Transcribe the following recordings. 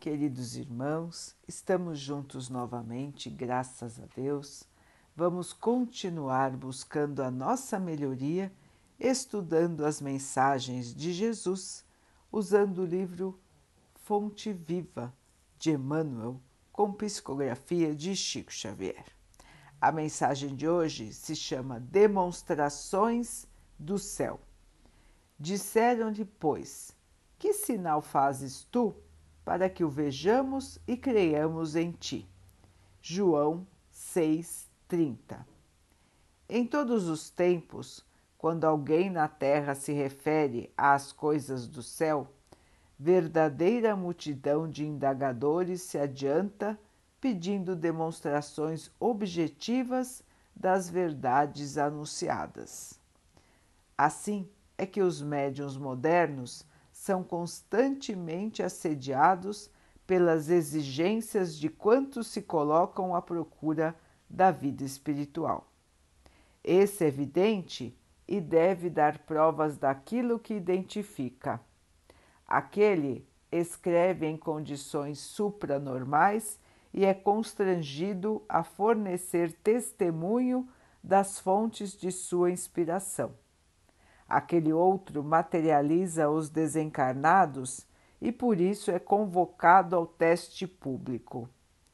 Queridos irmãos, estamos juntos novamente, graças a Deus. Vamos continuar buscando a nossa melhoria, estudando as mensagens de Jesus, usando o livro Fonte Viva de Emmanuel, com psicografia de Chico Xavier. A mensagem de hoje se chama Demonstrações do Céu. Disseram-lhe, pois, que sinal fazes tu para que o vejamos e creiamos em ti? João 6,30. Em todos os tempos, quando alguém na terra se refere às coisas do céu, verdadeira multidão de indagadores se adianta pedindo demonstrações objetivas das verdades anunciadas. Assim é que os médiuns modernos são constantemente assediados pelas exigências de quantos se colocam à procura da vida espiritual. Esse é evidente e deve dar provas daquilo que identifica. Aquele escreve em condições supranormais e é constrangido a fornecer testemunho das fontes de sua inspiração. Aquele outro materializa os desencarnados e por isso é convocado ao teste público.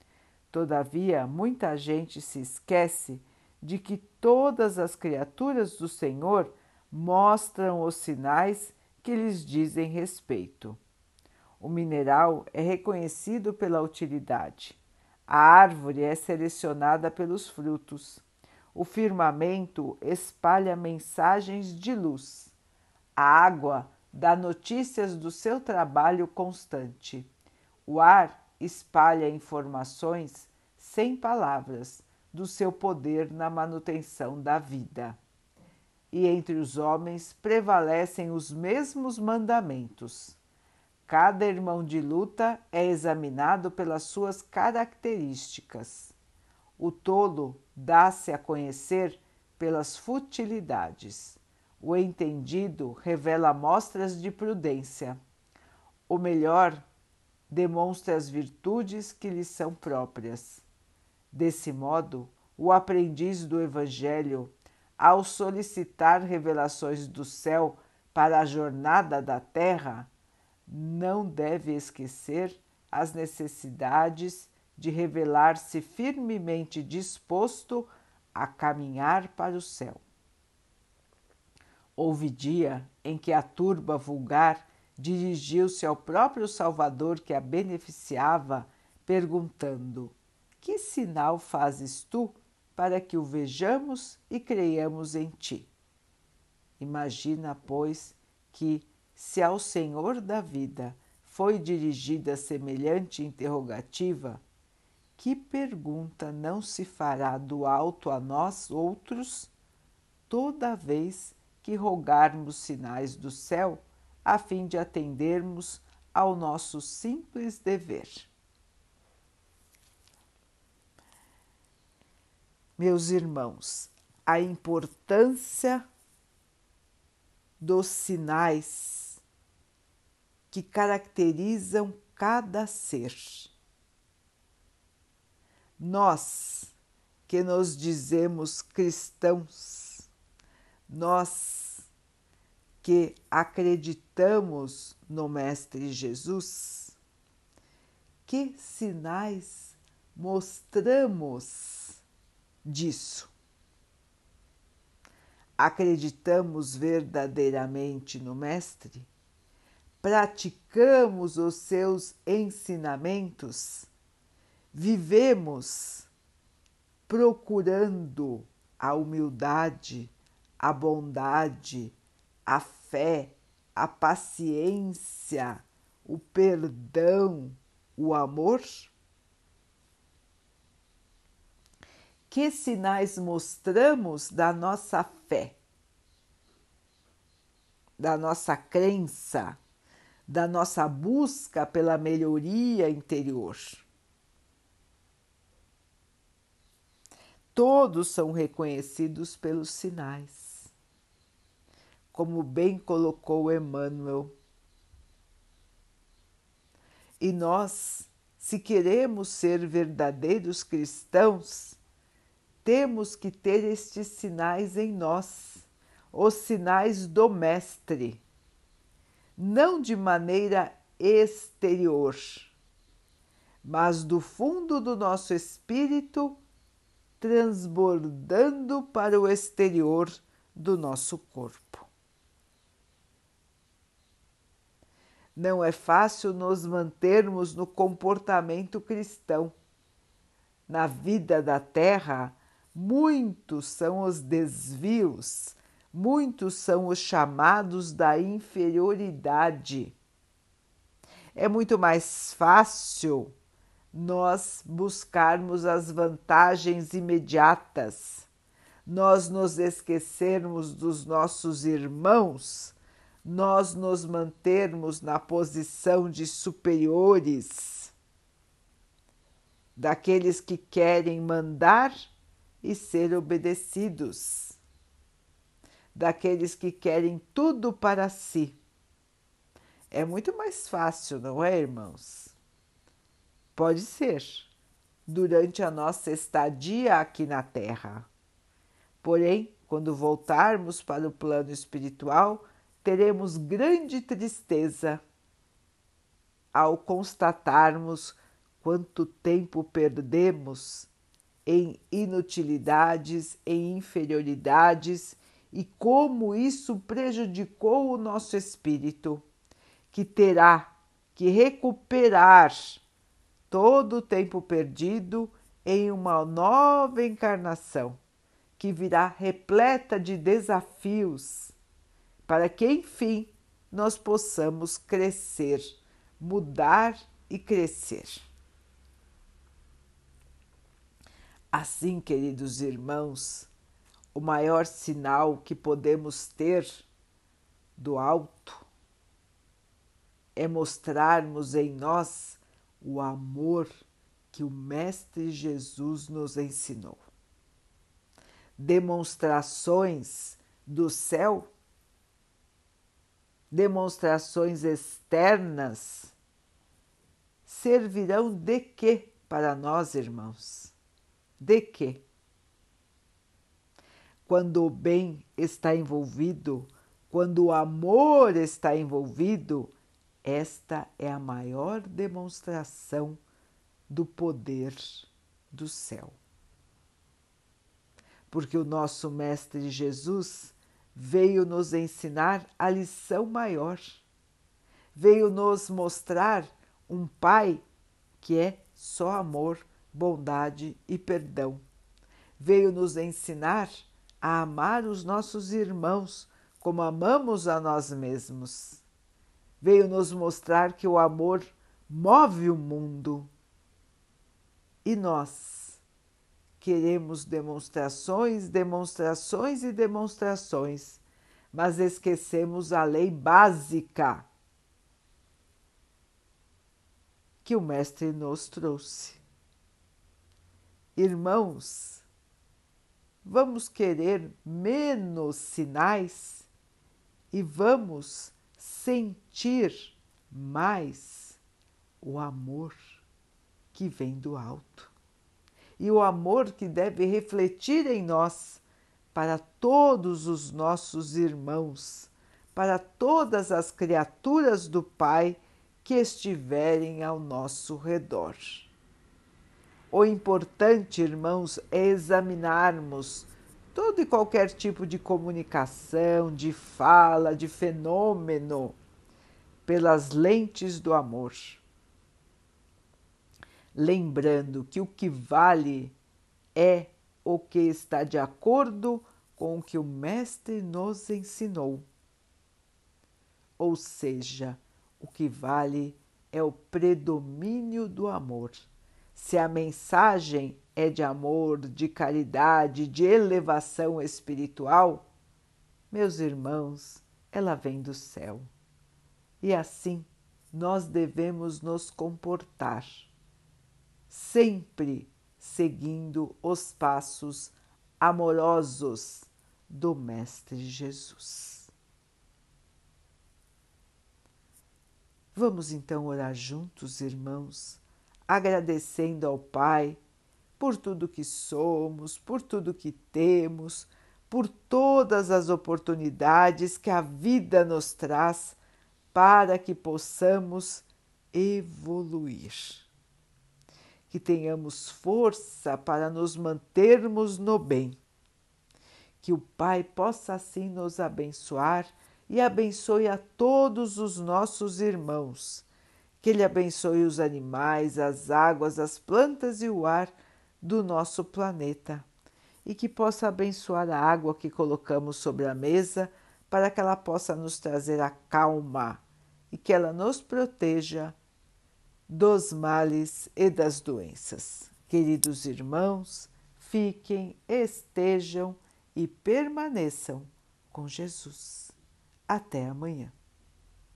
Todavia, muita gente se esquece de que todas as criaturas do Senhor mostram os sinais que lhes dizem respeito. O mineral é reconhecido pela utilidade, a árvore é selecionada pelos frutos, o firmamento espalha mensagens de luz, a água dá notícias do seu trabalho constante, o ar espalha informações sem palavras do seu poder na manutenção da vida. E entre os homens prevalecem os mesmos mandamentos. Cada irmão de luta é examinado pelas suas características. O tolo dá-se a conhecer pelas futilidades. O entendido revela mostras de prudência. O melhor demonstra as virtudes que lhe são próprias. Desse modo, o aprendiz do Evangelho, ao solicitar revelações do céu para a jornada da terra, não deve esquecer as necessidades de revelar-se firmemente disposto a caminhar para o céu. Houve dia em que a turba vulgar dirigiu-se ao próprio Salvador que a beneficiava, perguntando: que sinal fazes tu para que o vejamos e creiamos em ti? Imagina, pois, que, se ao Senhor da vida foi dirigida semelhante interrogativa, que pergunta não se fará do alto a nós outros, toda vez que rogarmos sinais do céu, a fim de atendermos ao nosso simples dever? Meus irmãos, a importância dos sinais que caracterizam cada ser. Nós que nos dizemos cristãos, nós que acreditamos no Mestre Jesus, que sinais mostramos disso? Acreditamos verdadeiramente no Mestre? Praticamos os seus ensinamentos? Vivemos procurando a humildade, a bondade, a fé, a paciência, o perdão, o amor? Que sinais mostramos da nossa fé, da nossa crença, da nossa busca pela melhoria interior? Todos são reconhecidos pelos sinais. Como bem colocou Emmanuel, E nós, se queremos ser verdadeiros cristãos, temos que ter estes sinais em nós, os sinais do Mestre, não de maneira exterior, mas do fundo do nosso espírito, transbordando para o exterior do nosso corpo. Não é fácil nos mantermos no comportamento cristão. Na vida da Terra, muitos são os desvios, muitos são os chamados da inferioridade. É muito mais fácil nós buscarmos as vantagens imediatas, nós nos esquecermos dos nossos irmãos, nós nos mantermos na posição de superiores, daqueles que querem mandar e ser obedecidos, daqueles que querem tudo para si. É muito mais fácil, não é, irmãos? Pode ser, durante a nossa estadia aqui na Terra. Porém, quando voltarmos para o plano espiritual, teremos grande tristeza ao constatarmos quanto tempo perdemos em inutilidades, em inferioridades e como isso prejudicou o nosso espírito, que terá que recuperar todo o tempo perdido em uma nova encarnação, que virá repleta de desafios, para que, enfim, nós possamos crescer, mudar e crescer. Assim, queridos irmãos, o maior sinal que podemos ter do alto é mostrarmos em nós o amor que o Mestre Jesus nos ensinou. Demonstrações do céu, demonstrações externas, servirão de quê para nós, irmãos? De quê? Quando o bem está envolvido, quando o amor está envolvido, esta é a maior demonstração do poder do céu. Porque o nosso Mestre Jesus veio nos ensinar a lição maior, veio nos mostrar um Pai que é só amor, bondade e perdão. Veio nos ensinar a amar os nossos irmãos como amamos a nós mesmos. Veio nos mostrar que o amor move o mundo. E nós queremos demonstrações, demonstrações e demonstrações, mas esquecemos a lei básica que o Mestre nos trouxe. Irmãos, vamos querer menos sinais e vamos sentir mais o amor que vem do alto. E o amor que deve refletir em nós para todos os nossos irmãos, para todas as criaturas do Pai que estiverem ao nosso redor. O importante, irmãos, é examinarmos todo e qualquer tipo de comunicação, de fala, de fenômeno, pelas lentes do amor. Lembrando que o que vale é o que está de acordo com o que o Mestre nos ensinou. Ou seja, o que vale é o predomínio do amor. Se a mensagem é de amor, de caridade, de elevação espiritual, meus irmãos, ela vem do céu. E assim nós devemos nos comportar, sempre seguindo os passos amorosos do Mestre Jesus. Vamos então orar juntos, irmãos, agradecendo ao Pai por tudo que somos, por tudo que temos, por todas as oportunidades que a vida nos traz para que possamos evoluir. Que tenhamos força para nos mantermos no bem. Que o Pai possa assim nos abençoar e abençoe a todos os nossos irmãos. Que Ele abençoe os animais, as águas, as plantas e o ar do nosso planeta. E que possa abençoar a água que colocamos sobre a mesa para que ela possa nos trazer a calma e que ela nos proteja dos males e das doenças. Queridos irmãos, fiquem, estejam e permaneçam com Jesus. Até amanhã.